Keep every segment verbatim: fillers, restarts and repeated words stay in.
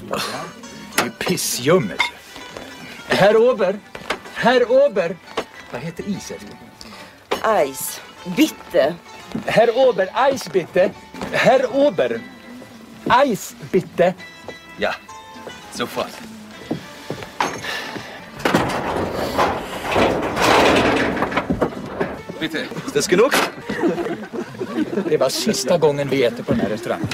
Det är pissjummet. Herr Ober. Herr Ober. Vad heter isen? Ice. Bitte. Herr Ober, Ice bitte. Herr Ober. Ice bitte. Ja, sofort. Bitte, ist das genug? Det var sista gången vi äter på den här restaurangen.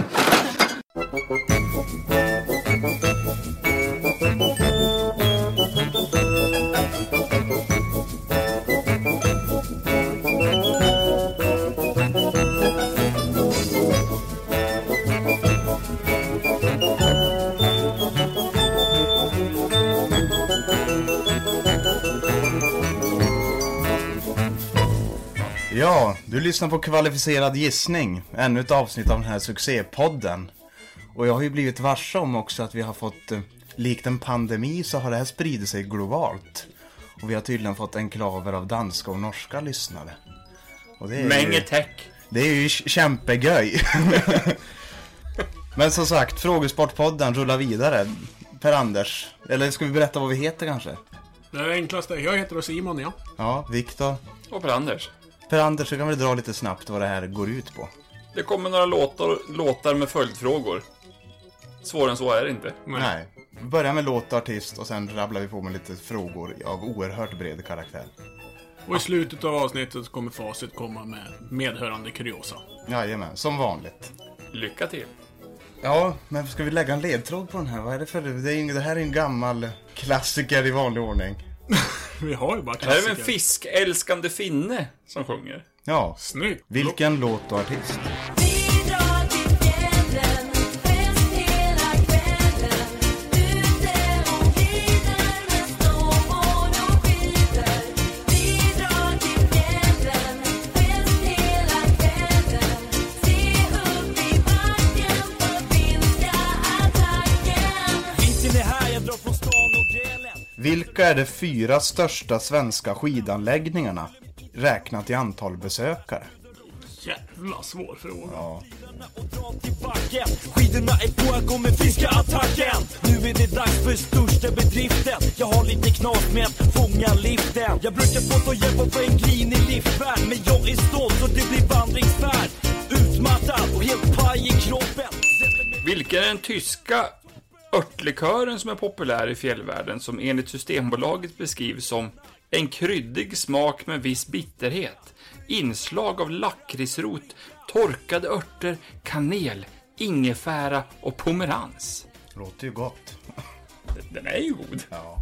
Ja, du lyssnar på Kvalificerad gissning, ännu ett avsnitt av den här succépodden. Och jag har ju blivit varse om också att vi har fått, eh, likt en pandemi så har det här spridit sig globalt. Och vi har tydligen fått enklaver av danska och norska lyssnare. Och det är Mange ju, tack. det är ju kämpegöj. Men som sagt, Frågesportpodden rullar vidare. Per-Anders, eller ska vi berätta vad vi heter kanske? Det är det enklaste. Jag heter Simon, ja. Ja, Viktor. Och Per-Anders. Per-Anders, så kan vi dra lite snabbt vad det här går ut på. Det kommer några låtar, låtar med följdfrågor. Svårare än så är det inte. Nej. Nej. Vi börjar med låt och artist och sen rabblar vi på med lite frågor av oerhört bred karaktär. Och i slutet av avsnittet kommer facit komma med medhörande kuriosa. Jajamän, som vanligt. Lycka till. Ja, men ska vi lägga en ledtråd på den här? Vad är det för det? Det, är, det här är en gammal klassiker i vanlig ordning. Vi har ju bara Det här är klassiker. en fiskälskande finne som sjunger. Ja, Snyggt. vilken låt och artist? Vilka är de fyra största svenska skidanläggningarna räknat i antal besökare? Jävla svår fråga. Ja. Skidorna är på, jag kommer fiska attacken. Nu är det dags för största bedriften. Jag har lite knas med att fånga liften. Jag brukar få ta hjälp av en grinig liftfärd, men jag är stolt och det blir vandringsfärd. Utmattad och helt paj i kroppen. Vilken är den tyska örtlikören som är populär i fjällvärlden, som enligt Systembolaget beskrivs som en kryddig smak med viss bitterhet, inslag av lakritsrot, torkade örter, kanel, ingefära och pomerans? Låter ju gott. Den är ju god. Ja.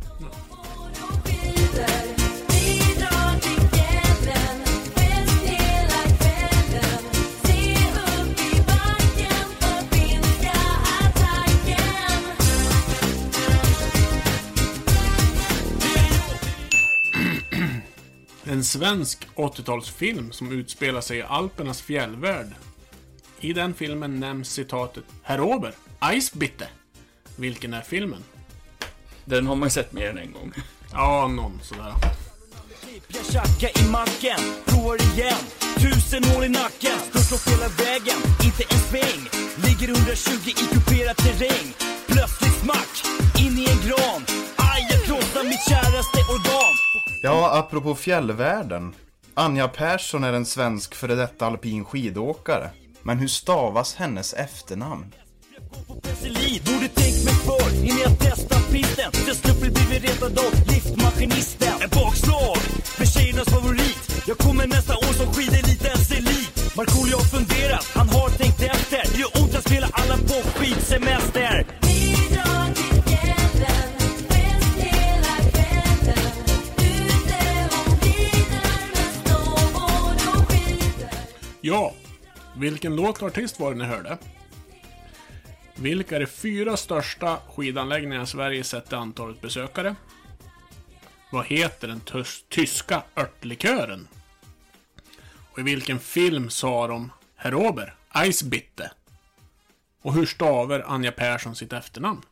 En svensk åttiotalsfilm som utspelar sig i Alpernas fjällvärld. I den filmen nämns citatet Herr Ober, Ice bitte. Vilken är filmen? Den har man ju sett mer än en gång. Ja, någon sådär. Jag tjackar i macken, provar igen. Tusen hål i nacken, störst upp hela vägen. Inte en sväng, ligger hundratjugo i kuperad terräng. Plötsligt smack, in i en gran. Aj, jag krossar mitt käraste organ. Ja, apropå fjällvärlden. Anja Persson är en svensk före detta alpin skidåkare. Men hur stavas hennes efternamn? Borde tänkt mig för innan jag testar pisten. Jag sluppar bli retad av liftmaskinisten. En bakslag för tjejernas favorit. Jag kommer nästa år som skidelitens elit. Markoolio har funderat, han har tänkt efter. Det gör ont att spela alla på skidsemester. Ja, vilken låt och artist var det ni hörde? Vilka är de fyra största skidanläggningarna i Sverige sett till antalet besökare? Vad heter den tys- tyska örtlikören? Och i vilken film sa de Herr Ober, Ice bitte? Och hur stavar Anja Persson sitt efternamn?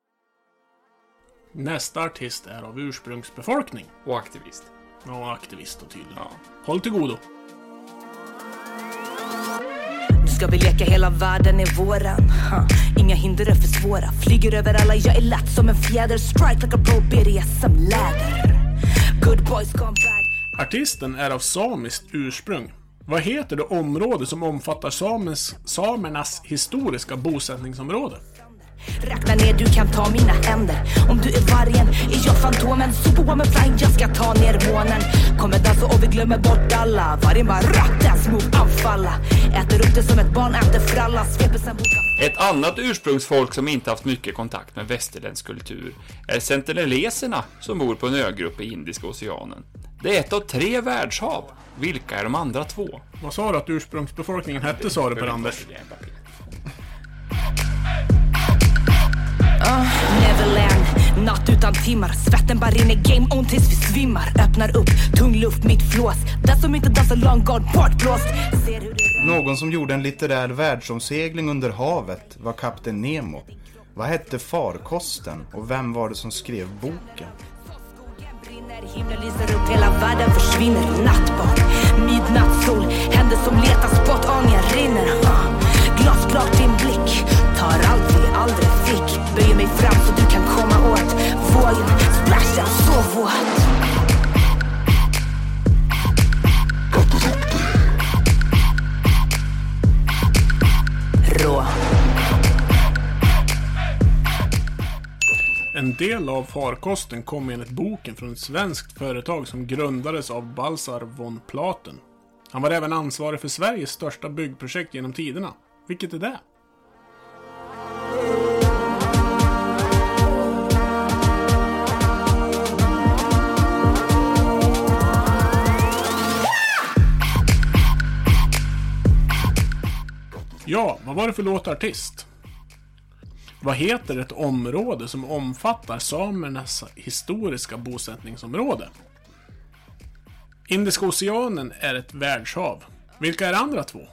Nästa artist är av ursprungsbefolkning. Och aktivist. Ja, aktivist och tydligen. Ja. Håll till godo. Ska vi leka hela världen i våran? Ha. Inga hinder är för svåra. Flyger över alla, jag är lätt som en fjäder. Strike like a pro B D S M-läder. Good boys gone bad. Artisten är av samiskt ursprung. Vad heter det område som omfattar samens, samernas historiska bosättningsområde? Räkna ner, du kan ta mina händer. Om du är vargen, är jag fantomen. Superwoman flying, jag ska ta ner månen. Kommer dansa och vi glömmer bort alla. Vargen bara rap, dance move, anfalla. Äter upp det som ett barn äter fralla. Sveper sen boka. Ett annat ursprungsfolk som inte haft mycket kontakt med västerländsk kultur är sentineleserna som bor på en ögrupp i Indiska oceanen. Det är ett av tre världshav. Vilka är de andra två? Vad sa du att ursprungsbefolkningen hette, sa du, Per Anders? Uh, Neverland, natt utan timmar. Svetten bara rinner, game on tills vi svimmar. Öppnar upp, tung luft, mitt flås. Den som inte dansar long guard, bortblåst. Ser hur det... Någon som gjorde en litterär världsomsegling under havet var kapten Nemo. Vad hette farkosten och vem var det som skrev boken? Himlen lyser upp, hela världen försvinner. Nattbad, midnattssol, händer som letar spott, ången rinner. uh. Glasklart din blick, tar allt vi aldrig fick. Böjer mig fram så du kan komma åt vågen, splashen så våt. Rå. En del av farkosten kom enligt boken från ett svenskt företag som grundades av Baltzar von Platen. Han var även ansvarig för Sveriges största byggprojekt genom tiderna. Vilket är det? Ja, vad var det för låtartist? Vad heter ett område som omfattar samernas historiska bosättningsområde? Indiska oceanen är ett världshav. Vilka är andra två?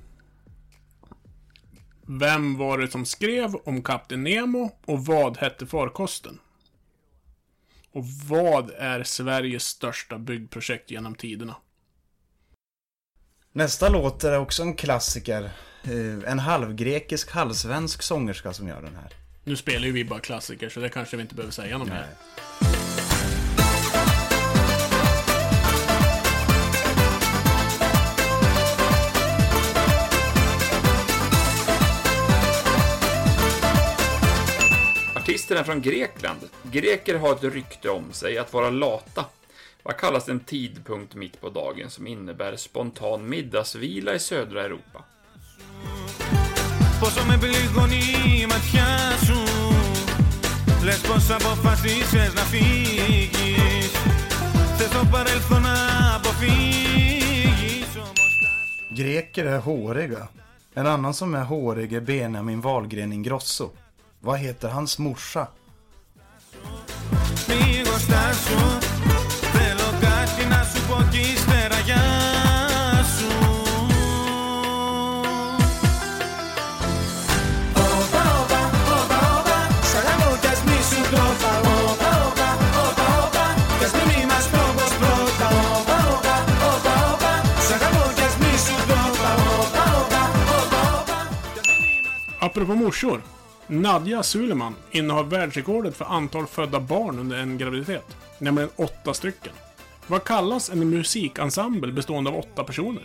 Vem var det som skrev om kapten Nemo och vad hette farkosten? Och vad är Sveriges största byggprojekt genom tiderna? Nästa låt är också en klassiker. En halvgrekisk, halvsvensk sångerska som gör den här. Nu spelar ju vi bara klassiker så det kanske vi inte behöver säga något mer. Artisten är från Grekland. Greker har ett rykte om sig att vara lata. Vad kallas en tidpunkt mitt på dagen som innebär spontan middagsvila i södra Europa? Πόσο με πληγώνει η ματιά σου. Λες πως αποφασίσες να φύγεις. Θες το παρελθόν να αποφύγεις. Greker är håriga. En annan som är hårig är Benjamin Wahlgren Ingrosso. Vad heter hans morsa? Μίγω στάσου. Θέλω κάτι να σου πω κι ύστερα για σου. Apropå morsor. Nadja Suleman innehar världsrekordet för antal födda barn under en graviditet. Nämligen åtta stycken. Vad kallas en musikensemble bestående av åtta personer?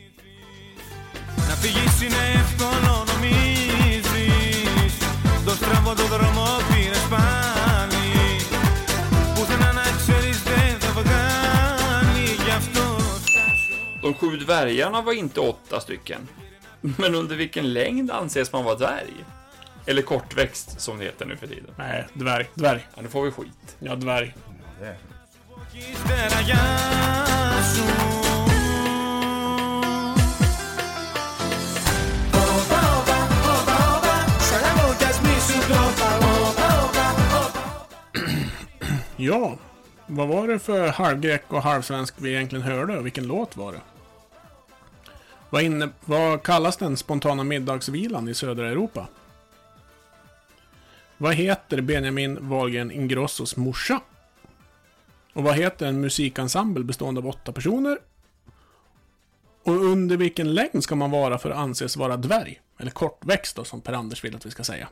Να φύγεις είναι εύκολο νομίζεις. Το στραβό το δρόμο πήρες πάλι. Πουθενά να ξέρεις δεν θα βγάλει γι' αυτό. De sju dvärgarna var inte åtta stycken. Men under vilken längd anses man vara dvärg? Eller kortväxt som det heter nu för tiden. Nej, dvärg, dvärg. Ja, nu får vi skit. Ja, dvärg. Det. Ja, vad var det för halvgrek och halvsvensk vi egentligen hörde och vilken låt var det? Vad, inne, vad kallas den spontana middagsvilan i södra Europa? Vad heter Benjamin Wahlgren Ingrossos morsa? Och vad heter en musikensemble bestående av åtta personer? Och under vilken längd ska man vara för att anses vara dvärg? Eller kortväxt då, som Per-Anders vill att vi ska säga.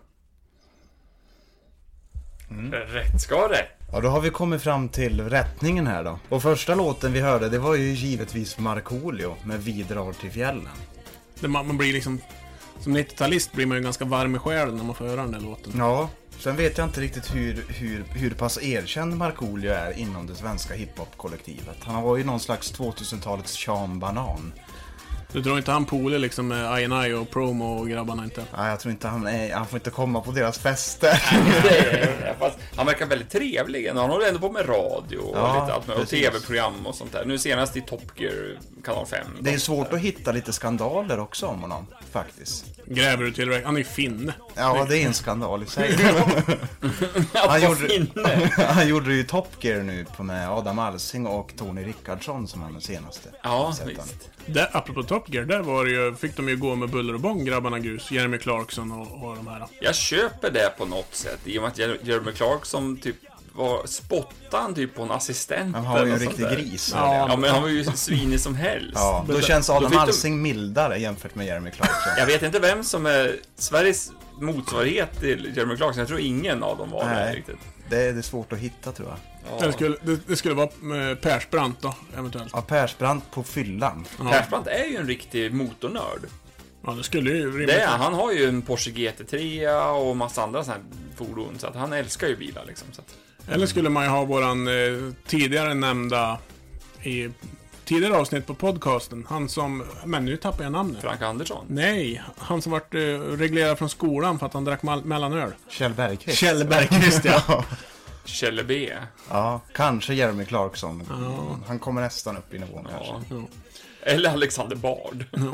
Mm. Rätt ska det. Ja, då har vi kommit fram till rättningen här då. Och första låten vi hörde, det var ju givetvis Markoolio med Vi drar till fjällen. Det man, man blir liksom, som nittiotalist blir man ju ganska varm i själen när man får höra den där låten. Ja, sen vet jag inte riktigt hur, hur, hur pass erkänd Markoolio är inom det svenska hiphop-kollektivet. Han var ju någon slags tvåtusentalets Sean Banan. Du tror inte han poler liksom med I and I och Promo och grabbarna inte? Nej, jag tror inte han är, han får inte komma på deras fester. Nej, fast han verkar väldigt trevlig. Han håller ändå på med radio och Ja, lite allt med, och tv-program och sånt där. Nu senast i Top Gear, kanal fem. Det är svårt att hitta lite skandaler också om honom, faktiskt. Gräver du till? Han är ju finne. Ja, det är en skandal i sig. han, han, gjorde, gjorde, han gjorde ju Top Gear nu på med Adam Alsing och Tony Rickardsson som han den senaste. Ja, visst. Där, apropå Top Gear, där var det ju, fick de ju gå med buller och bång, grabbarna Grus, Jeremy Clarkson och, och de här. Jag köper det på något sätt, i och med att Jeremy Clarkson typ var spottan typ på en assistent. Han har ju en sånt riktig där. gris. Ja, ja, men han var ju svinig som helst. Ja, då känns Adam då Alsing de... mildare jämfört med Jeremy Clarkson. Jag vet inte vem som är Sveriges motsvarighet till Jeremy Clarkson. Jag tror ingen av dem var Nej, det riktigt. Det är, det är svårt att hitta, tror jag. Ja. Det, skulle, det, det skulle vara eh, Persbrandt då, eventuellt. Ja, Persbrandt på fyllan. Ja. Persbrandt är ju en riktig motornörd. Ja, det skulle ju rimligt. Det är, han har ju en Porsche G T tre och massa andra sådana här fordon, så att han älskar ju bilar liksom. Så att... Eller skulle man ju ha våran eh, tidigare nämnda i tidigare avsnitt på podcasten, han som, men nu tappar jag namnet. Frank Andersson? Nej, han som vart eh, reglerad från skolan för att han drack mal- mellanöl. Kjell Bergqvist. Kjell Bergqvist, ja. Kjell B. Ja, kanske Jeremy Clarkson. Ja. Han kommer nästan upp i nivån ja. kanske. Ja. Eller Alexander Bard. Ja.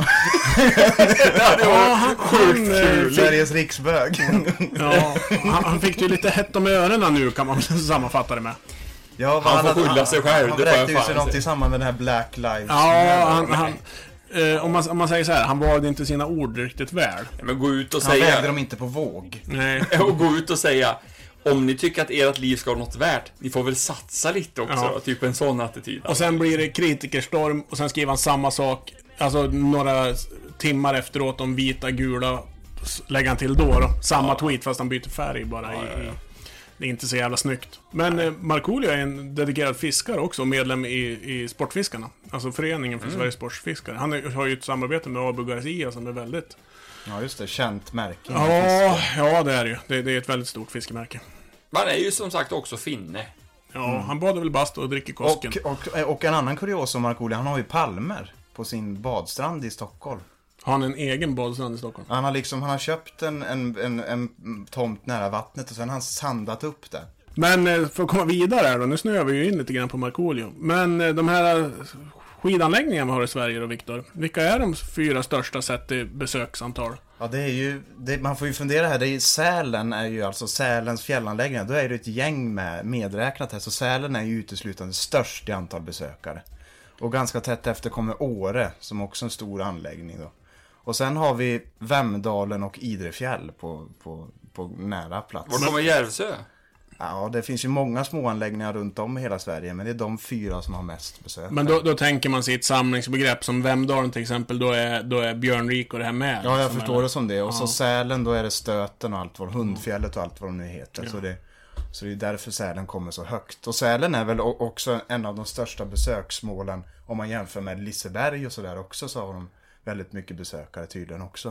Det var ja, sjukt kul. Sveriges riksbög. Ja, han, han fick ju lite hett om öronen nu, kan man sammanfatta det med. Ja, han, han får skylla sig själv. Han berättade ju sig något i samband med den här Black Lives. Ja, han... han eh, om, man, om man säger så här, han valde inte sina ord riktigt väl. Ja, men gå ut och han säga... Han vägde dem inte på våg. Nej. Och gå ut och säga... Om ni tycker att ert liv ska ha något värt, ni får väl satsa lite också, ja. Typ en sån attityd. Och sen blir det kritikerstorm och sen skriver han samma sak, alltså några timmar efteråt om vita, gula, lägger han till då, då. Samma ja. tweet fast han byter färg bara ja, i, i, det är inte så jävla snyggt. Men eh, Markoolio är en dedikerad fiskare också, medlem i, i Sportfiskarna, alltså föreningen för mm. Sveriges sportfiskare. Han är, har ju ett samarbete med Abu Garcia som är väldigt... Ja just det, känt märke. Ja, ja det är det ju. Det, det är ett väldigt stort fiskemärke. Man är ju som sagt också finne. Ja, mm. han badar väl bast och dricker Kosken. Och, och, och en annan kurios om Markoolio, han har ju palmer på sin badstrand i Stockholm. Har han en egen badstrand i Stockholm? Han har liksom, han har köpt en, en, en, en tomt nära vattnet och sen har han sandat upp det. Men för att komma vidare här då, nu snöar vi ju in lite grann på Markoolio. Men de här skidanläggningarna vi har i Sverige då, Viktor, vilka är de fyra största sett i besöksantal? Ja, det är ju, det, man får ju fundera här, det är ju, Sälen är ju alltså Sälens fjällanläggningar, då är det ett gäng med medräknat här, så Sälen är ju uteslutande störst i antal besökare. Och ganska tätt efter kommer Åre, som också är en stor anläggning då. Och sen har vi Vemdalen och Idrefjäll på, på, på nära plats. Var kommer Järvsö? Ja, det finns ju många små anläggningar runt om i hela Sverige, men det är de fyra som har mest besök. Men då, då tänker man sig ett samlingsbegrepp som Vemdalen till exempel, då är, då är Björnrik och det här med. Ja, jag förstår är... det som det. Och ja. så Sälen, då är det Stöten och allt vad, Hundfjället och allt vad de nu heter. Ja. Så, det, så det är därför Sälen kommer så högt. Och Sälen är väl också en av de största besöksmålen, om man jämför med Liseberg och sådär också, så har de väldigt mycket besökare tydligen också.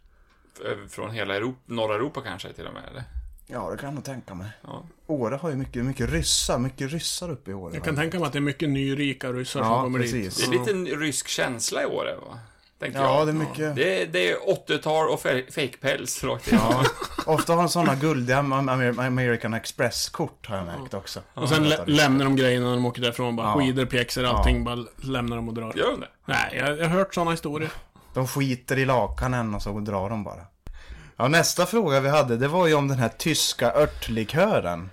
Från hela Europa, norra Europa kanske till och med, eller? Ja, det kan jag nog tänka mig. Ja. Åre har ju mycket, mycket ryssar, mycket ryssar uppe i Åre. Jag kan tänka mig att det är mycket nyrika ryssar ja, som kommer precis. dit. Det är lite en rysk känsla i Åre, va? Tänkte ja, jag. det är mycket. Det är, det är åttiotal och fejkpäls rakt in. Ja, ofta har de sådana guldiga American Express-kort, har jag märkt också. Och sen lä- lämnar de grejerna när de åker därifrån. Bara ja. skidor, pjäxor, allting. Ja. Bara lämnar de och drar. Gör de det? Nej, jag, jag har hört sådana historier. De skiter i lakanen och så drar de bara. Ja, nästa fråga vi hade, det var ju om den här tyska örtlikören.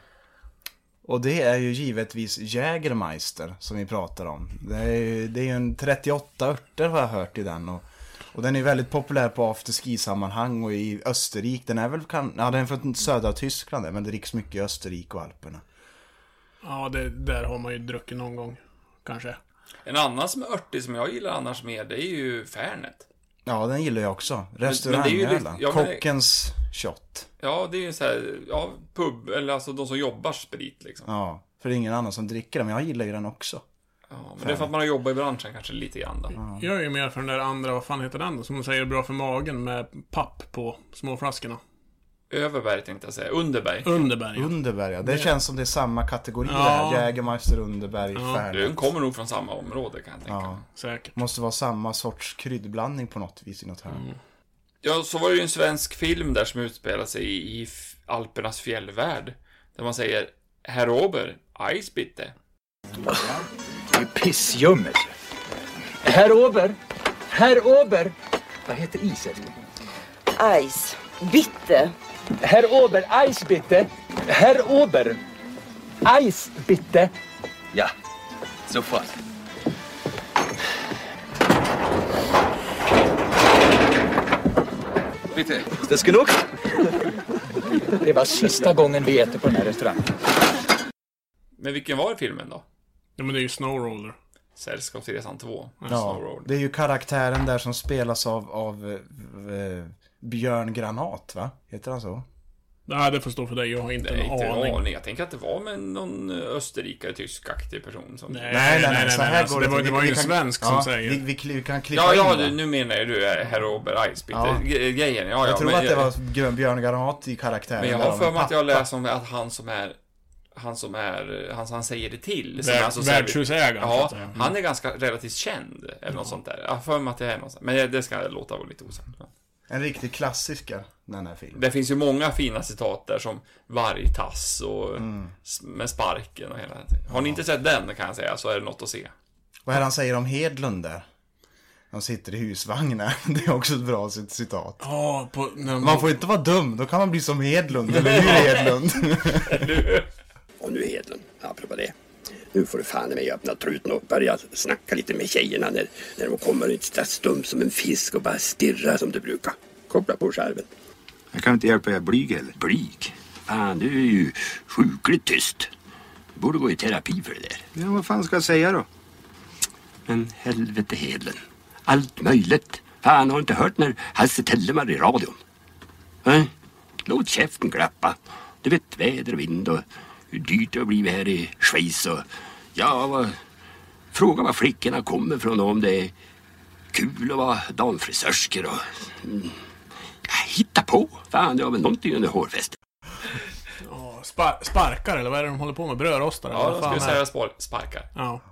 Och det är ju givetvis Jägermeister som vi pratar om. Det är ju, det är ju en trettioåtta örter har jag hört i den. Och, och den är väldigt populär på afterski-sammanhang och i Österrike. Den är väl, kan, ja den är från södra Tyskland men det dricks mycket i Österrike och Alperna. Ja, det, där har man ju druckit någon gång, kanske. En annan som är örtig som jag gillar annars mer, det är ju Fernet. Ja, den gillar jag också. Men- men det är ju Restaurangölen. lite- ja, men- Kockens shot. Ja, det är ju så här, ja, pub, eller alltså de som jobbar sprit liksom. Ja, för det är ingen annan som dricker den, men jag gillar ju den också. Ja, men det är för att man har jobbat i branschen kanske lite grann då. Jag är ju mer för den där andra, vad fan heter den då? Som de säger är bra för magen med papp på småflaskorna. Överberg tänkte jag säga, Underberg. Underberg. ja. Underberg, ja. Det känns som det är samma kategori Ja. det här. Jägermeister, Underberg, Ja. Den Fernet. kommer nog från samma område kan jag tänka. Ja. Säkert. Måste vara samma sorts kryddblandning på något vis i något hörn. Mm. Ja, så var det ju en svensk film där som utspelar sig i, i f- Alpernas fjällvärld. Där man säger, Herr Ober, Eisbitte. Det är ju pissljummet. Herr Ober, herr Ober. Vad heter isen? Ice. Bitte. Herr Ober, Eisbitte. Herr Ober, Eisbitte. Ja, sofort. Bitte. Det ska nog. Det var sista gången vi äter på den här restaurangen. Men vilken var filmen då? Ja, men det är ju Snowroller. Sällskapsresan två. Ja, Snowroll. det är ju karaktären där som spelas av, av eh, Björn Granat, va? Heter han så? Nej, det får stå för dig. Jag har inte Nej, en inte aning. aning. Jag tänker att det var med någon österrikare, tyskaktig person som... Nej, Nej, nej, nej, nej, så nej, här alltså, går det det var- till. det Vi- var ju vi en kan- svensk som ja, säger. Vi, vi, vi kan klippa Ja, ja, in det. du, nu menar jag du är Herr Ober Eisbitte. Ja. Ge- Grejen, ja, ja. Jag tror men, att det var Björn- Björn Granat i karaktären. Men jag där har av för en mig att jag pappa. läst om att han som är... Han som är... Han som han säger det till. Som Värd- alltså så här- värdshusägaren, så Ja, att säga. Mm. han är ganska relativt känd. Eller något sånt där. Jag har för mig att det är något sånt. Men det- det ska jag låta vara lite osant. En riktig klassiker, den här filmen. Det finns ju många fina citat där som vargtass och Mm. s- med sparken och hela det. Har ni inte sett den kan jag säga så är det något att se. Vad är det han säger om Hedlund där? De sitter i husvagnen. Det är också ett bra cit- citat. Ja, på... När Man får inte vara dum, då kan man bli som Hedlund. Eller hur Hedlund? Och nu Hedlund, apropå det. Nu får du fan i mig öppna truten och börja snacka lite med tjejerna när, när de kommer inte så stum som en fisk och bara stirra som du brukar. Koppla på skärven. Jag kan inte hjälpa er blyg eller? Blyg? Fan, du är ju sjukligt tyst. Du borde gå i terapi för det där. Ja, vad fan ska jag säga då? Men helvete Hedlund. Allt möjligt. Fan, har du inte hört när Hasse Tellemar i radion? Nej? Låt käften klappa. Du vet väder och vind och hur dyrt det har blivit här i Schweiz och... Ja, vad... Fråga var flickorna kommer från och om det är kul att vara damfrisörskor och... Mm. Ja, hitta på. Fan, det har väl någonting under hårfästet. Ja, spar sparkar, eller vad är det de håller på med? Brödrostar? eller Ja, vad de fan skulle är säga det? spar sparkar. Ja.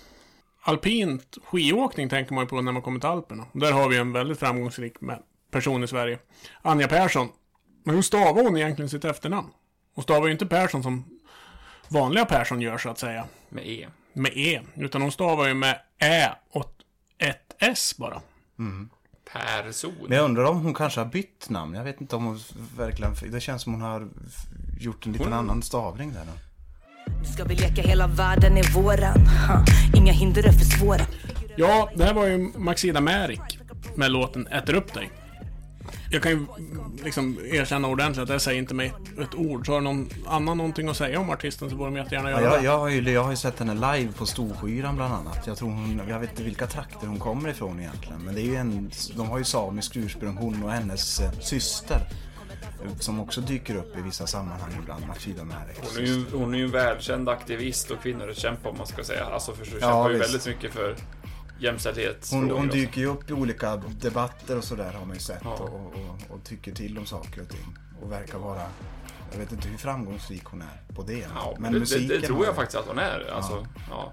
Alpint skidåkning tänker man ju på när man kommer till Alperna. Där har vi en väldigt framgångsrik person i Sverige. Anja Persson. Men hur stavar hon egentligen sitt efternamn? Hon stavar ju inte Persson som vanliga Persson gör så att säga. Med E. Med E. Utan hon stavar ju med Ä och ett S bara. Person. Men jag undrar om hon kanske har bytt namn. Jag vet inte om hon verkligen... Det känns som hon har gjort en liten annan stavning där. Nu ska vi leka hela världen är våran. Ha, inga hinder är för svåra. Ja, det här var ju Maxida Märik med låten Äter upp dig. Jag kan ju liksom erkänna ordentligt att jag säger inte mig ett, ett ord. Så har någon annan någonting att säga om artisten så borde de jättegärna göra Ja, jag, det. jag, har ju, jag har ju sett henne live på Storskyran bland annat. Jag tror hon, jag vet inte vilka trakter hon kommer ifrån egentligen. Men det är ju en, de har ju samisk ursprung, hon och hennes eh, syster. eh, Som också dyker upp i vissa sammanhang ibland, Maxida Märik. Hon är, ju, hon är ju en välkänd aktivist och kvinnorättskämpa om man ska säga. Alltså för så Ja, kämpar ju visst. väldigt mycket för jämställdhet. Hon, hon dyker ju upp i olika debatter och sådär har man ju sett. Ja. Och, och, och tycker till om saker och ting. Och verkar vara, jag vet inte hur framgångsrik hon är på det. Ja, men det, musiken det, det tror har- jag faktiskt att hon är. Alltså, ja.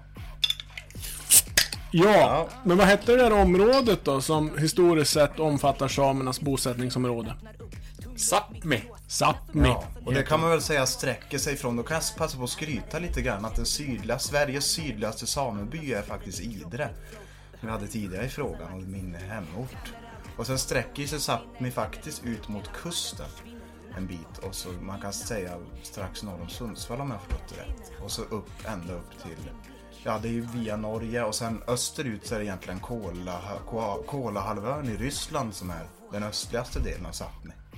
Ja, men vad hette det där området då som historiskt sett omfattar samernas bosättningsområde? Sápmi. Sápmi. Ja, och det kan man väl säga sträcker sig från, då kan jag passa på att skryta lite grann att den sydliga, Sveriges sydligaste sameby är faktiskt Idre. Som vi hade tidigare i frågan om min hemort. Och sen sträcker sig Sápmi faktiskt ut mot kusten en bit. Och så man kan säga strax norr om Sundsvall om jag förstått det rätt. Och så upp, ända upp till, ja det är ju via Norge och sen österut så är det egentligen Kola, Kolahalvön i Ryssland som är den östligaste delen av Sápmi.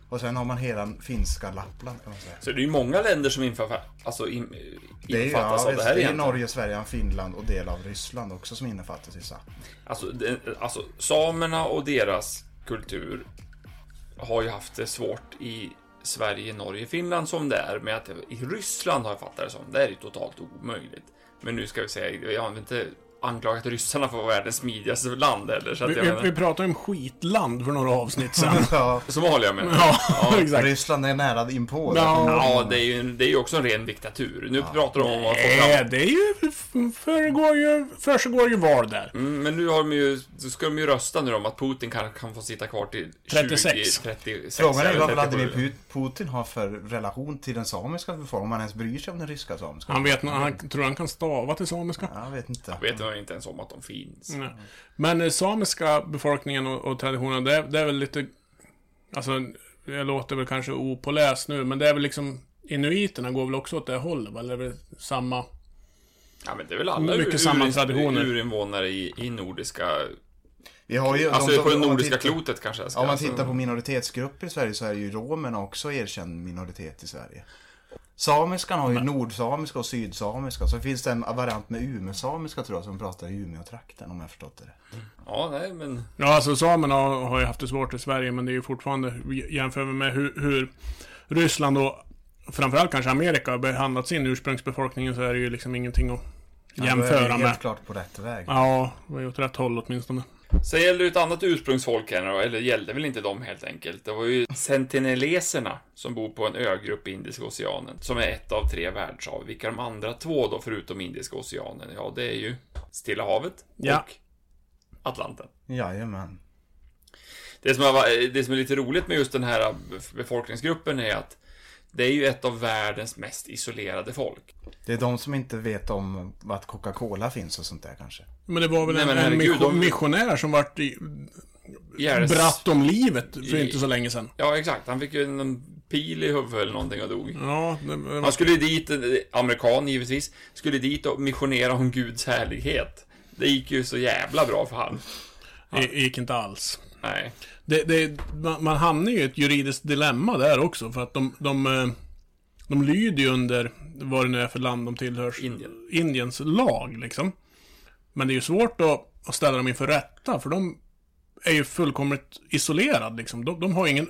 Och sen har man hela finska Lappland kan man säga. Så det är ju många länder som inför, alltså in, det är, infattas ja, av det här det är egentligen. Norge, Sverige, Finland och del av Ryssland också som innefattas i Sápmi. Alltså, det, alltså samerna och deras kultur har ju haft det svårt i Sverige, Norge, Finland som det är. Med att i Ryssland har jag fattat det som. Det är ju totalt omöjligt. Men nu ska vi säga, jag har inte anklagat ryssarna för att vara världens smidigaste land eller så att vi, jag vi, menar... vi pratade om skitland för några avsnitt sen. Ja. Somalia menar Ja, ja, exakt. Ryssland är nära inpå. Ja. Ja, det är ju det är ju också en ren diktatur. Nu ja. pratar de om att få Nej, fram... det är ju förgår ju försiggår ju val där. Mm, men nu har de ju så ska de ju rösta nu om att Putin kan, kan få sitta kvar till trettiosex. tjugo trettiosex. Frågan är vad Vladimir Putin har för relation till den samiska befolkningen, om han ens bryr sig om den ryska samiska. Han vet han tror han kan stava till samiska. Jag vet inte. Jag vet nog inte ens om att de finns. Nej. Men eh, samiska befolkningen och, och traditionen, det, det är väl lite, alltså jag låter väl kanske opåläst nu, men det är väl liksom, inuiterna går väl också åt det hållet, eller är det väl samma? Ja, men det är väl alla mycket ur, samma ur, traditioner. urinvånare i, i nordiska... Vi har ju, alltså de, på det om man nordiska tittar, klotet kanske. Om man alltså. tittar på minoritetsgrupper i Sverige så är ju romerna också erkänd minoritet i Sverige. Samiskan har ju nordsamiska och sydsamiska. Så finns det en variant med umesamiska tror jag som pratar i Umeå-trakten, om jag har förstått det. Mm. Ja, nej men... Ja, alltså samerna har ju haft det svårt i Sverige, men det är ju fortfarande, jämför med hur, hur Ryssland och framförallt kanske Amerika har behandlat sin ursprungsbefolkning, så är det ju liksom ingenting att jämföra ja, helt med. Klart på rätt väg. Ja, det var ju åt rätt håll åtminstone. Så gäller det ett annat ursprungsfolk här då, eller gällde väl inte dem helt enkelt. Det var ju sentineleserna som bor på en ögrupp i Indiska oceanen, som är ett av tre världshav. Vilka är de andra två då förutom Indiska oceanen? Ja, det är ju Stilla havet ja. och Atlanten. Jajamän. Det som, är, det som är lite roligt med just den här befolkningsgruppen är att det är ju ett av världens mest isolerade folk. Det är de som inte vet om att Coca-Cola finns och sånt där kanske. Men det var väl Nej, en, herregud, en mission, de... missionär som vart i, yes. bratt om livet för I... inte så länge sedan. Ja, exakt. Han fick ju en pil i huvudet eller någonting och dog. Ja, det, det... Han skulle dit, amerikan givetvis, skulle dit och missionera om Guds härlighet. Det gick ju så jävla bra för han. Det gick inte alls. Nej. Det, det, man, man hamnar ju i ett juridiskt dilemma där också, för att de, de, de lyder ju under vad det nu är för land de tillhörs, Indien. Indiens lag liksom. Men det är ju svårt att, att ställa dem inför rätta, för de är ju fullkomligt isolerade liksom. De, de har ingen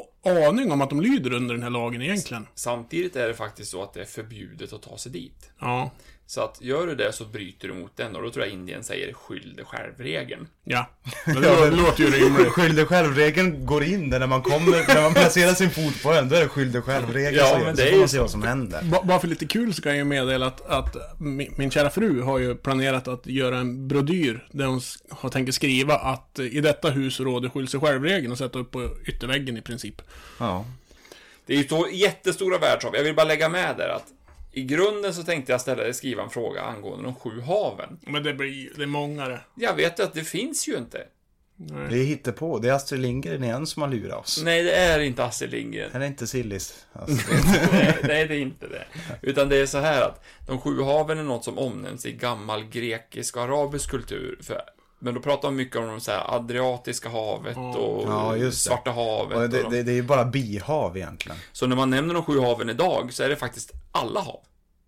aning om att de lyder under den här lagen egentligen. Samtidigt är det faktiskt så att det är förbjudet att ta sig dit. Ja. Så att gör du det så bryter du mot den, och då tror jag Indien säger skyll dig själv-regeln. Ja, men det, det låter ju rimligt. Skyll dig själv-regeln går in när man kommer, när man placerar sin fot på en, då är det skyll dig själv-regeln. Ja, så men det det är är ju ju se vad som händer. B- bara för lite kul så kan jag ju meddela att, att min, min kära fru har ju planerat att göra en brodyr där hon har tänkt skriva att i detta hus råder skyll sig själv-regeln och sätta upp på ytterväggen i princip. Ja. Det är ju så jättestora världshav. Jag vill bara lägga med där att i grunden så tänkte jag ställa, skriva en fråga angående de sju haven. Men det blir det är många det. Jag vet att det finns ju inte. Nej. Det är hittepå. Det är Astrid Lindgren igen som har lurat oss. Nej, det är inte Astrid Lindgren. Det är inte Sillis. Alltså, nej, nej, det är inte det. Utan det är så här att de sju haven är något som omnämns i gammal grekisk och arabisk kultur. För, men då pratar man mycket om de så här Adriatiska havet och ja, just det. Svarta havet. Och det, och det, det är ju bara bihav egentligen. Så när man nämner de sju haven idag så är det faktiskt alla hav.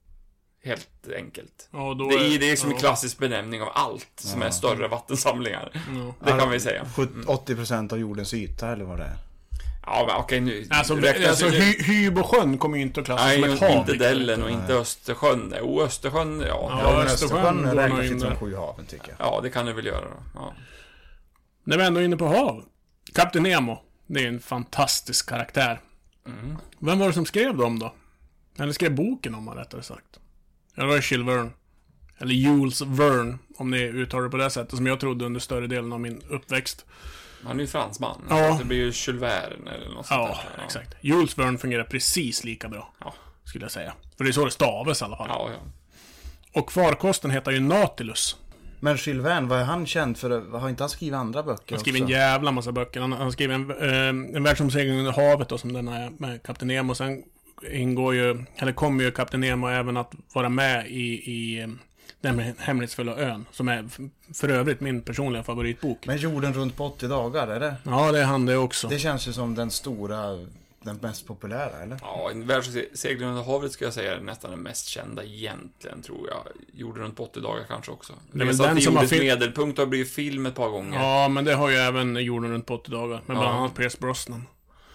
Helt enkelt. Ja, då det, är, är, det är som ja. en klassisk benämning av allt som Ja. är större vattensamlingar. Ja. Det kan vi säga. åttio procent av jordens yta eller vad det är. Ja, men okej nu. Alltså, räknas alltså ju- hy, Hybosjön kommer ju inte att klassas Nej, som ett hav. inte Dellen och Nej. inte Östersjön. Jo, Östersjön, ja. Ja, Ja, men Östersjön Östersjön går nog räknas in inte som där. sju haven tycker jag. ja, det kan du väl göra då. Ja. När vi ändå är inne på hav. Kapten Nemo. Det är en fantastisk karaktär. Mm. Vem var det som skrev dem då? Eller skrev boken om man rättare sagt. Ja, det var Jules Verne. Eller Jules Verne, om ni uttalar det på det sättet, som jag trodde under större delen av min uppväxt. Han är ju fransman. Ja. Det blir ju Jules Verne eller något sånt Ja, där. exakt. Jules Verne fungerar precis lika bra, Ja. skulle jag säga. För det är så det stavas i alla fall. Ja, ja. Och farkosten heter ju Nautilus. Men Jules Verne, vad är han känd för? Har inte han skrivit andra böcker Han skriver en också? jävla massa böcker. Han, han skriver en, eh, en världsomsegling under havet då, som den är med Kapten Nemo. Sen ingår ju, eller kommer ju Kapten Nemo även att vara med i, i den hemlighetsfulla ön, som är f- för övrigt min personliga favoritbok. Men jorden runt på åttio dagar, är det? Ja, det är han det också. Det känns ju som den stora den mest populära, eller? Ja, en världssegling under havet ska jag säga är nästan den mest kända egentligen, tror jag. Gjorde runt på åttio dagar kanske också. Det är den som har film... medelpunkt har blivit film ett par gånger. Ja, men det har ju även Jorden runt på åttio dagar. Med bland annat Pierce Brosnan.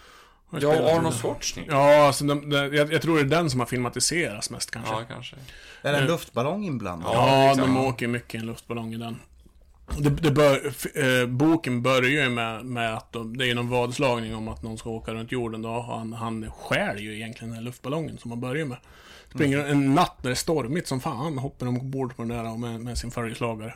Ja, Arnold Schwarzenegger. Ja, alltså, de, de, jag, jag tror det är den som har filmatiserats mest kanske. Ja, kanske. Är det en luftballong inblandad? Ja, ja de åker mycket i en luftballong i den. Det, det bör, f, eh, boken börjar ju med, med att de, det är någon vadslagning om att någon ska åka runt jorden. Då han, han skär ju egentligen den här luftballongen som man börjar med. Springer mm. en natt när det är stormigt som fan, hoppar ombord på den där med, med sin följeslagare.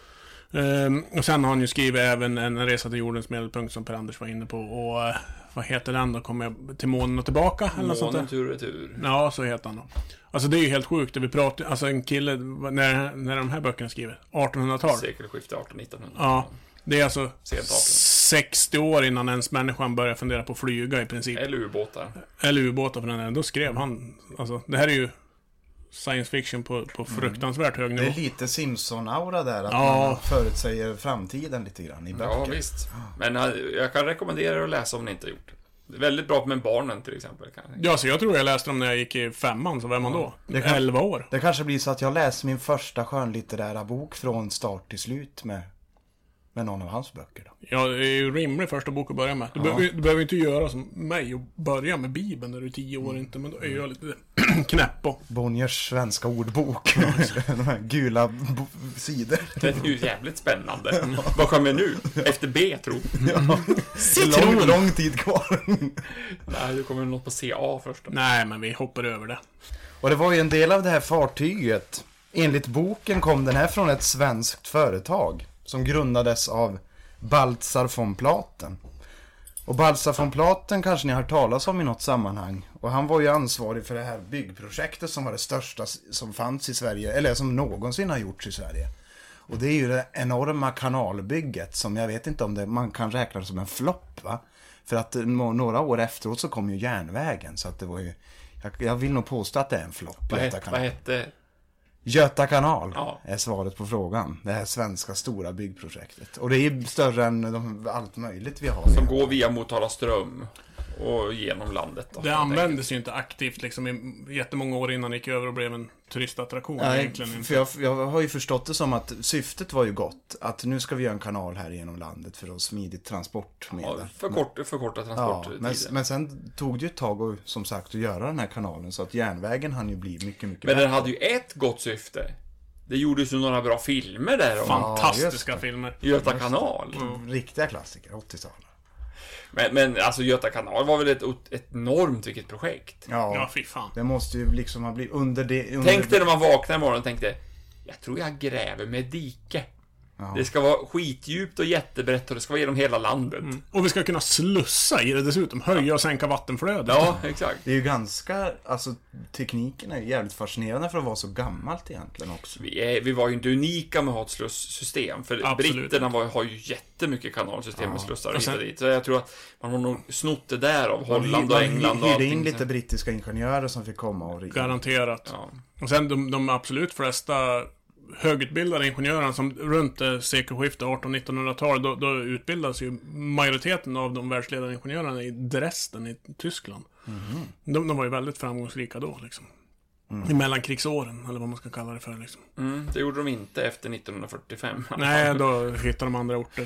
Um, och sen har han ju skrivit även en resa till jordens medelpunkt som Per-Anders var inne på. Och uh, vad heter den då? Kommer jag till månen och tillbaka? Eller sånt där? Månen tur och tur. Ja, så heter han då. Alltså det är ju helt sjukt. Det vi pratar, alltså en kille, när, när de här böckerna skriver artonhundratal. Sekelskifte arton nittonhundra. Ja, det är alltså sextio år innan ens människan börjar fundera på att flyga i princip. Eller ubåtar. Eller ubåtar för den här. Då skrev han, alltså det här är ju science fiction på, på fruktansvärt hög nivå. Det är lite Simpson-aura där, att ja. man förutsäger framtiden lite grann i böcker. Ja, visst. Men jag kan rekommendera er att läsa om ni inte har gjort det. Det är väldigt bra med barnen till exempel. Ja, så jag tror jag läste dem när jag gick i femman, så var man då? Det kan, elva år. Det kanske blir så att jag läser min första skönlitterära bok från start till slut med, med någon av hans böcker då. Ja, det är ju rimlig första bok att börja med. Du, ja. behöver, du behöver inte göra som mig och börja med Bibeln när du är tio år, inte, men då är jag lite knäpp på. Bonniers svenska ordbok. De här gula bo- sidor. Det är ju jävligt spännande. Vad kommer nu? Efter B, tror jag. Ja. Lång, lång tid kvar. Nej, det kommer något på C A först. Då. Nej, men vi hoppar över det. Och det var ju en del av det här fartyget. Enligt boken kom den här från ett svenskt företag som grundades av Baltzar von Platen. Och Baltzar von Platen kanske ni har hört talas om i något sammanhang. Och han var ju ansvarig för det här byggprojektet som var det största som fanns i Sverige, eller som någonsin har gjorts i Sverige. Och det är ju det enorma kanalbygget som jag vet inte om det, man kan räkna det som en flopp, va? För att några år efteråt så kom ju järnvägen, så att det var ju, jag, jag vill nog påstå att det är en flopp. Vad, het, vad hette Göta kanal, ja. är svaret på frågan. Det här svenska stora byggprojektet. Och det är större än de, allt möjligt vi har. Som går via Motala ström och genom landet. Då, det användes ju inte aktivt liksom i jättemånga år innan det gick över och blev en turistattraktion. Nej, egentligen. För jag, jag har ju förstått det som att syftet var ju gott. Att nu ska vi göra en kanal här genom landet för att smidigt transportmedel. Ja, för kort, förkorta transporttiden. Ja, men, men sen tog det ju ett tag och, som sagt, att göra den här kanalen. Så att järnvägen hann ju bli mycket, mycket Men bättre. den hade ju ett gott syfte. Det gjordes ju några bra filmer där. Om Fantastiska ja, filmer. Göta kanal. Mm. Riktiga klassiker, åttiotalet. Men, men alltså Göta kanal var väl ett, ett enormt vilket projekt. Ja, ja fy fan. Det måste ju liksom ha blivit under det... Under Tänk dig när man vaknar imorgon och tänkte, jag tror jag gräver med dike. Ja. Det ska vara skitdjupt och jättebrett och det ska vara genom hela landet. Mm. Och vi ska kunna slussa i det dessutom, höja och sänka vattenflödet. Ja, exakt. Det är ju ganska, alltså tekniken är ju jävligt fascinerande för att vara så gammalt egentligen också. Vi, är, vi var ju inte unika med att ha ett slussystem. För absolut. Britterna var, har ju jättemycket kanalsystem med ja. slussar och sen, dit. Så jag tror att man har nog snott det där av Holland och England och allting. Det in lite brittiska ingenjörer som fick komma och riga. Garanterat. Ja. Och sen de, de absolut flesta högutbildade ingenjörerna som runt sekelskiftet arton nittonhundratal då, då utbildas ju majoriteten av de världsledande ingenjörerna i Dresden i Tyskland. Mm. De, de var ju väldigt framgångsrika då liksom. Mm. I mellankrigsåren eller vad man ska kalla det för liksom. Mm, det gjorde de inte efter nittonhundrafyrtiofem. Nej, då hittade de andra orter.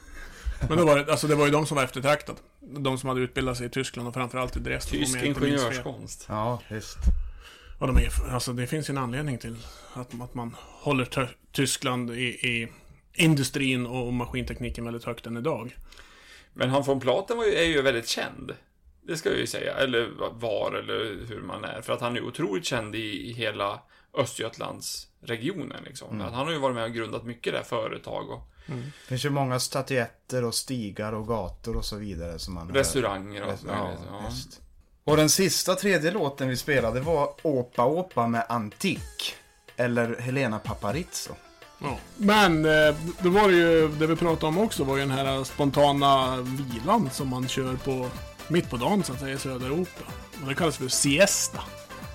Men då var det, alltså det var ju de som var eftertraktade. De som hade utbildat sig i Tyskland och framförallt i Dresden. Tysk ingenjörskonst. Ja, just. Och de är, alltså det finns ju en anledning till att, att man håller t- Tyskland i, i industrin och maskintekniken väldigt högt än idag. Men han von Platen var ju, är ju väldigt känd. Det ska jag ju säga. Eller var, eller hur man är. För att han är otroligt känd i, i hela Östergötlandsregionen. Liksom. Mm. Han har ju varit med och grundat mycket där företag. Och... Mm. Det finns ju många statyetter och stigar och gator och så vidare. Som man Restauranger och har... så ja, ja. Just. Och den sista tredje låten vi spelade var Åpa Åpa med Antik. Eller Helena Paparizou. Ja. Men då var det ju, det vi pratade om också var ju den här spontana vilan som man kör på mitt på dagen så att säga i södra Europa. Och det kallas för siesta.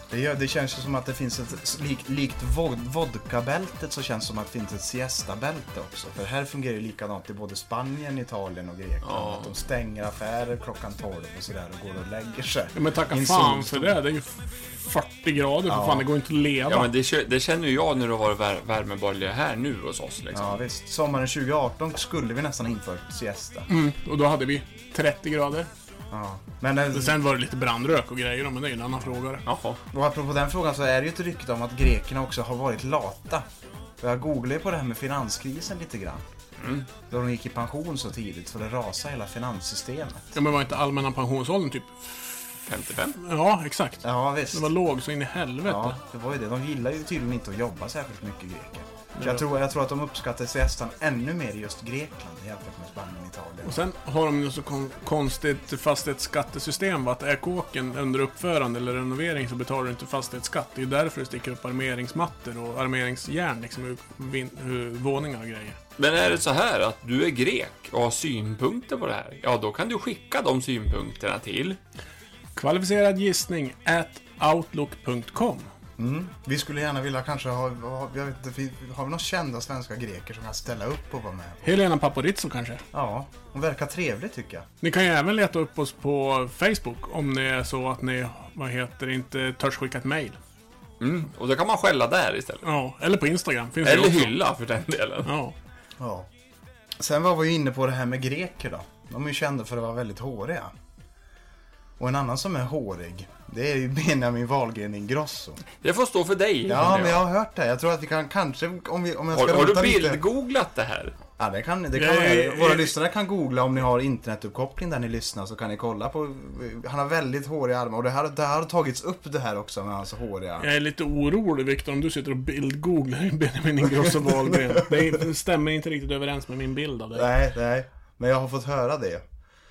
Det, gör, det känns ju som att det finns ett, lik, likt vod, vodkabältet så känns det som att det finns ett siesta-bälte också. För här fungerar ju likadant i både Spanien, Italien och Grekland. Ja. Att de stänger affärer klockan tolv och sådär och går och lägger sig. Ja, men tacka fan för det, det är ju fyrtio grader, för ja. fan det går inte att leva. Ja, men det, det känner ju jag när du har vär, värmebölja här nu hos oss liksom. Ja visst, sommaren tjugo arton skulle vi nästan infört siesta. Mm, och då hade vi trettio grader. Ja. Men äh, sen var det lite brandrök och grejer, men det är en annan fråga. Jaha. Och apropå den frågan så är det ju ett rykte om att grekerna också har varit lata. För jag googlade på det här med finanskrisen lite grann. Mm. Då de gick i pension så tidigt för det rasade hela finanssystemet. Ja, men var inte allmänna pensionsåldern typ femtiofem? Ja, exakt. Ja, visst. Det var låg så in i helvete. Ja, det var ju det. De gillar ju tydligen inte att jobba särskilt mycket greker. Så jag tror, jag tror att de uppskattar siestan ännu mer i just Grekland jämfört med Spanien och Italien. Och sen har de ju så kon- konstigt fastighetsskattesystem, va? Att är kåken under uppförande eller renovering så betalar du inte fastighetsskatt. Det är ju därför det sticker upp armeringsmattor och armeringsjärn liksom, ur, vin- ur våningar och grejer. Men är det så här att du är grek och har synpunkter på det här? Ja, då kan du skicka de synpunkterna till kvalificerad gissning at outlook punkt com. Mm. Vi skulle gärna vilja kanske ha, ha jag vet inte, har vi några kända svenska greker som kan ställa upp och vara med? Helena Paparizou kanske? Ja, hon verkar trevlig tycker jag. Ni kan ju även leta upp oss på Facebook om det är så att ni, vad heter inte, törs skicka ett mejl. Mm, och då kan man skälla där istället. Ja, eller på Instagram. Finns eller det också. hylla för den delen. Ja. Ja. Sen var vi ju inne på det här med greker då. De är ju kända för att vara väldigt håriga. Och en annan som är hårig, det är ju Benjamin Wahlgren Ingrosso. Det får stå för dig. Ja, men jag har hört det. Jag tror att vi kan kanske, om, vi, om jag ska Har, har du lite... bildgooglat det här? Ja, det kan, det kan jag, jag, våra jag, lyssnare kan googla om ni har internetuppkoppling där ni lyssnar, så kan ni kolla på. Han har väldigt håriga armar och det här, det här har tagits upp det här också med hans håriga. Jag är lite orolig, Victor, om du sitter och bildgooglar Benjamin Ingrosso Wahlgren. Det stämmer inte riktigt överens med min bild av det. Nej, nej. Men jag har fått höra det.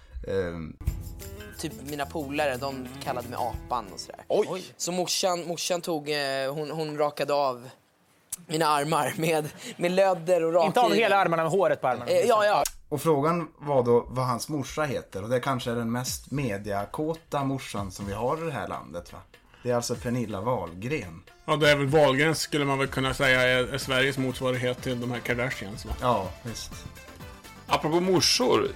Um... Typ mina polare, de kallade mig apan och sådär. Oj. Så morsan, morsan tog, eh, hon, hon rakade av mina armar med, med lödder och rakade. Inte av hela armarna, med håret på armarna. Eh, ja, ja. Och frågan var då vad hans morsa heter. Och det kanske är den mest mediakåta morsan som vi har i det här landet, va? Det är alltså Pernilla Wahlgren. Ja, det är väl Wahlgren skulle man väl kunna säga är, är Sveriges motsvarighet till de här Kardashians, va? Ja, visst. Apropå morsor,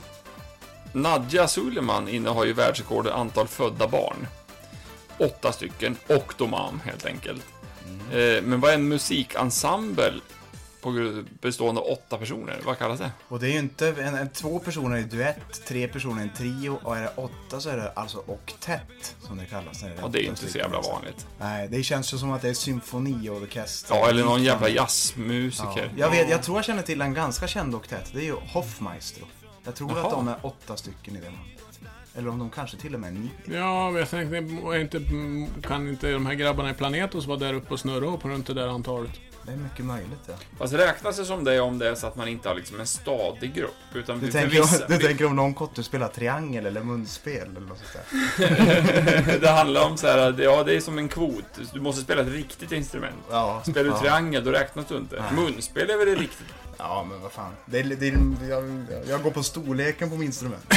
Nadja Suleman innehar ju världsrekordet antal födda barn. Åtta stycken, och domam helt enkelt. Mm. Eh, men vad är en musikensemble på bestående av åtta personer? Vad kallas det? Och det är ju inte en, en, två personer i duett, tre personer i en trio, och är det åtta så är det alltså oktett som det kallas. När det är ja, det är inte så jävla vanligt. Nej, det känns ju som att det är symfoniorkester. Ja, eller någon jävla jazzmusiker. Ja, jag vet, jag tror jag känner till en ganska känd oktett. Det är ju Hoffmaestro. Jag tror Jaha. att de är åtta stycken i det landet. Eller om de kanske till och med är nio. Ja, jag tänkte, inte, kan inte de här grabbarna i Planetos vara där uppe och snurra på runt det där antalet? Det är mycket möjligt, ja. Fast räknas det som det om det är så att man inte har liksom en stadig grupp? Utan du tänker, vissa, om, du tänker om någon kotte spelar triangel eller munspel eller något sånt där. Det handlar om så här, ja, det är som en kvot. Du måste spela ett riktigt instrument. Ja. Spelar du ja. triangel, då räknas du inte. Ja. Munspel är väl det riktigt? Ja, men vad fan. Det är, det är, jag, jag går på storleken på min instrument.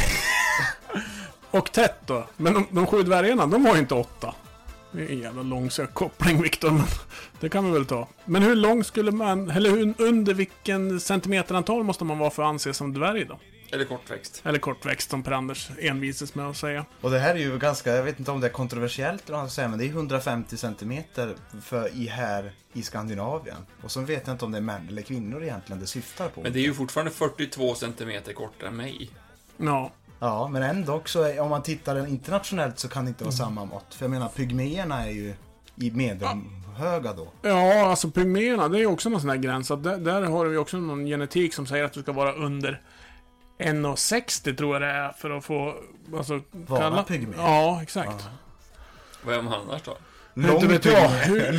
Och tätt då. Men de, de sju dvärgarna, de har inte åtta. Det är en jävla långsökt koppling, Victor, men det kan vi väl ta. Men hur lång skulle man, eller hur, under vilken centimeterantal måste man vara för att anses som dvärg då? Eller kortväxt. Eller kortväxt, som Per-Anders envises med att säga. Och det här är ju ganska, jag vet inte om det är kontroversiellt att säga, men det är hundrafemtio centimeter för i här i Skandinavien. Och så vet jag inte om det är män eller kvinnor egentligen det syftar på. Men det är ju fortfarande fyrtiotvå centimeter kortare än mig. Ja. Ja, men ändå så om man tittar internationellt så kan det inte vara mm. samma mått. För jag menar, pygméerna är ju i medelhöga då. Ja, alltså pygméerna, det är ju också någon sån här gräns. Att där, där har vi också någon genetik som säger att du ska vara under en komma sextio tror jag det är för att få alltså, vara kalla... pygmé. Ja, exakt. Ja. Vad är man annars då? Lång inte vet jag.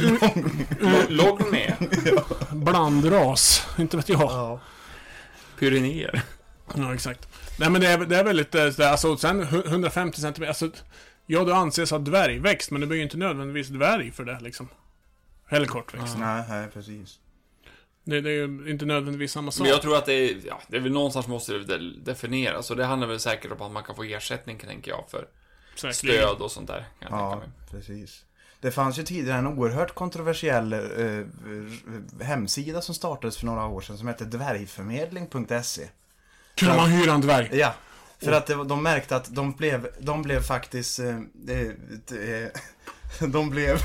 Lång med. Blandras, inte vet jag. Ja. Pyrenéer. Ja, exakt. Nej, men det är, det är väldigt, alltså sen hundrafemtio centimeter, alltså ja, du anses ha dvärgväxt, men det blir ju inte nödvändigtvis dvärg för det liksom. Eller kortväxt. Ah, nej, nej, precis. Det, det är ju inte nödvändigtvis samma sak. Men jag tror att det är, ja, det är väl någonstans måste det definieras, och det handlar väl säkert om att man kan få ersättning, tänker jag, för säkerligen. Stöd och sånt där. Ja, precis. Det fanns ju tidigare en oerhört kontroversiell eh, hemsida som startades för några år sedan som hette dvärgförmedling punkt se. Kunde man hyra en dvärg? Ja, för att det, de märkte att de blev, de blev faktiskt... Eh, eh, de blev...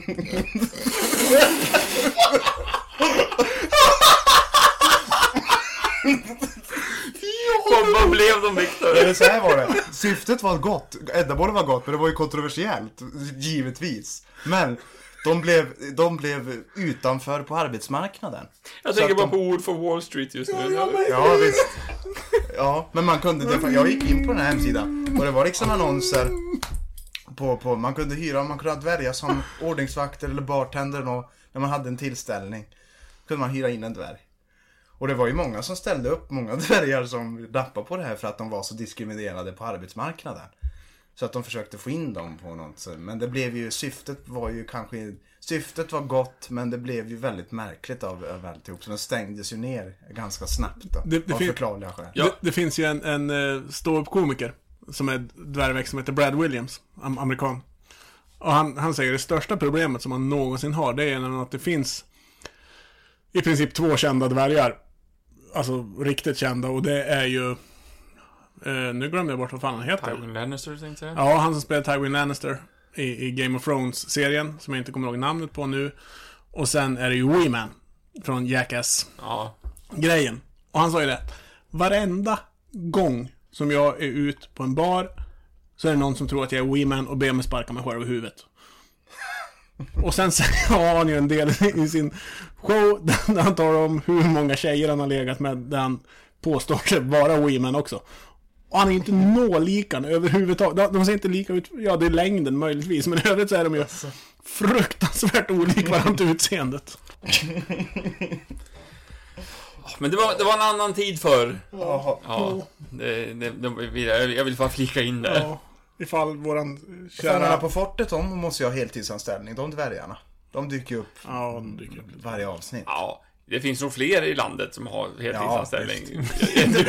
Vad blev de, Victor? Eller så här var det. Syftet var gott. Ändamålet var gott, men det var ju kontroversiellt. Givetvis. Men de blev, de blev utanför på arbetsmarknaden. Jag så tänker bara de... på ord för Wall Street just nu. Ja, ja visst. Ja, men man kunde... Jag gick in på den här hemsidan och det var liksom annonser på, på man kunde hyra, man kunde dvärga som ordningsvakter eller bartender och när man hade en tillställning kunde man hyra in en dvärg. Och det var ju många som ställde upp, många dvärgar som nappade på det här för att de var så diskriminerade på arbetsmarknaden. Så att de försökte få in dem på något sätt. Men det blev ju, syftet var ju kanske, syftet var gott men det blev ju väldigt märkligt av, av alltihop. Så den stängdes ju ner ganska snabbt då, det, det av fin- förklarliga skäl. Ja. Det, det finns ju en, en uh, ståuppkomiker som är dvärgväxt som heter Brad Williams, am- amerikan. Och han, han säger det största problemet som man någonsin har, det är att det finns i princip två kända dvärgar. Alltså riktigt kända, och det är ju eh, nu glömde jag bort vad fan han heter. Tywin Lannister, tänkte jag. Ja, han som spelar Tywin Lannister i, i Game of Thrones-serien, som jag inte kommer ihåg namnet på nu. Och sen är det ju Wee Man från Jackass-grejen. Ja. Och han sa ju det, varenda gång som jag är ut på en bar så är det någon som tror att jag är Wee Man och ber mig sparka mig själv i huvudet. Och sen så har han ju en del i sin show där han tar om hur många tjejer han har legat med, där han påstår sig vara Weeman också. Och han är inte nålikan överhuvudtaget. De ser inte lika ut, ja det är längden möjligtvis, men i övrigt så är de ju fruktansvärt olika varandra utseendet. Men det var, det var en annan tid förr. Ja, ja det, det, det, jag vill bara flika in där. Ja. Ifall våran kära... kära... på fortet, de måste ju ha heltidsanställning. De dvärgarna. De dyker upp, ja, de dyker upp varje avsnitt. Ja, det finns nog fler i landet som har heltidsanställning. Ja, det,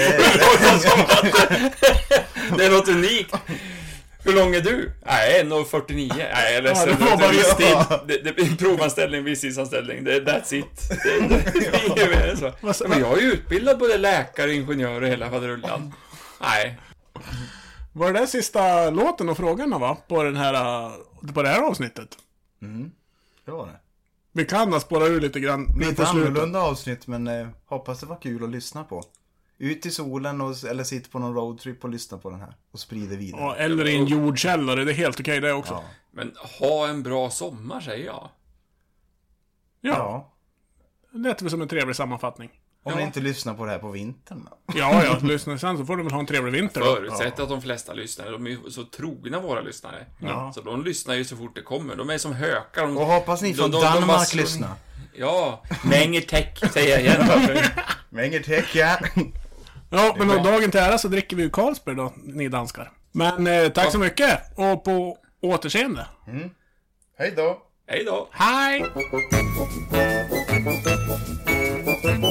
det är något unikt. Hur lång är du? Nej, en fyrtionio. Nej, jag är ledsen. Ja, det, visstid, det, det är provanställning, visstidsanställning. Det, that's it. Det, det, det är mer så. Men jag är ju utbildad både läkare, ingenjör och hela faderullan. Nej. Var det där sista låten och frågorna va? På, den här, på det här avsnittet? Mm, det var det. Vi kan ha spåra ur lite grann. Lite annorlunda avsnitt, men eh, hoppas det var kul att lyssna på. Ut i solen och, eller sitt på någon roadtrip och lyssna på den här. Och sprida vidare. Ja, eller i en jordkällare, det är helt okej det också. Ja. Men ha en bra sommar, säger jag. Ja. ja. Det lät väl som en trevlig sammanfattning. Om ja. ni inte lyssnar på det här på vintern. Ja, ja, lyssna sen så får du väl ha en trevlig vinter. Förutsätt ja. att de flesta lyssnare, de är ju så trogna våra lyssnare. Ja. Så de lyssnar ju så fort det kommer. De är som hökar. De, och hoppas ni från de, de, Danmark de lyssnar. Ja, Mänger Tech säger jag igen. Mänger Tech, ja. Ja, men då, dagen till ära så dricker vi ju Carlsberg då, ni danskar. Men eh, tack ja. så mycket, och på återseende. Mm. Hej då. Hej då. Hej.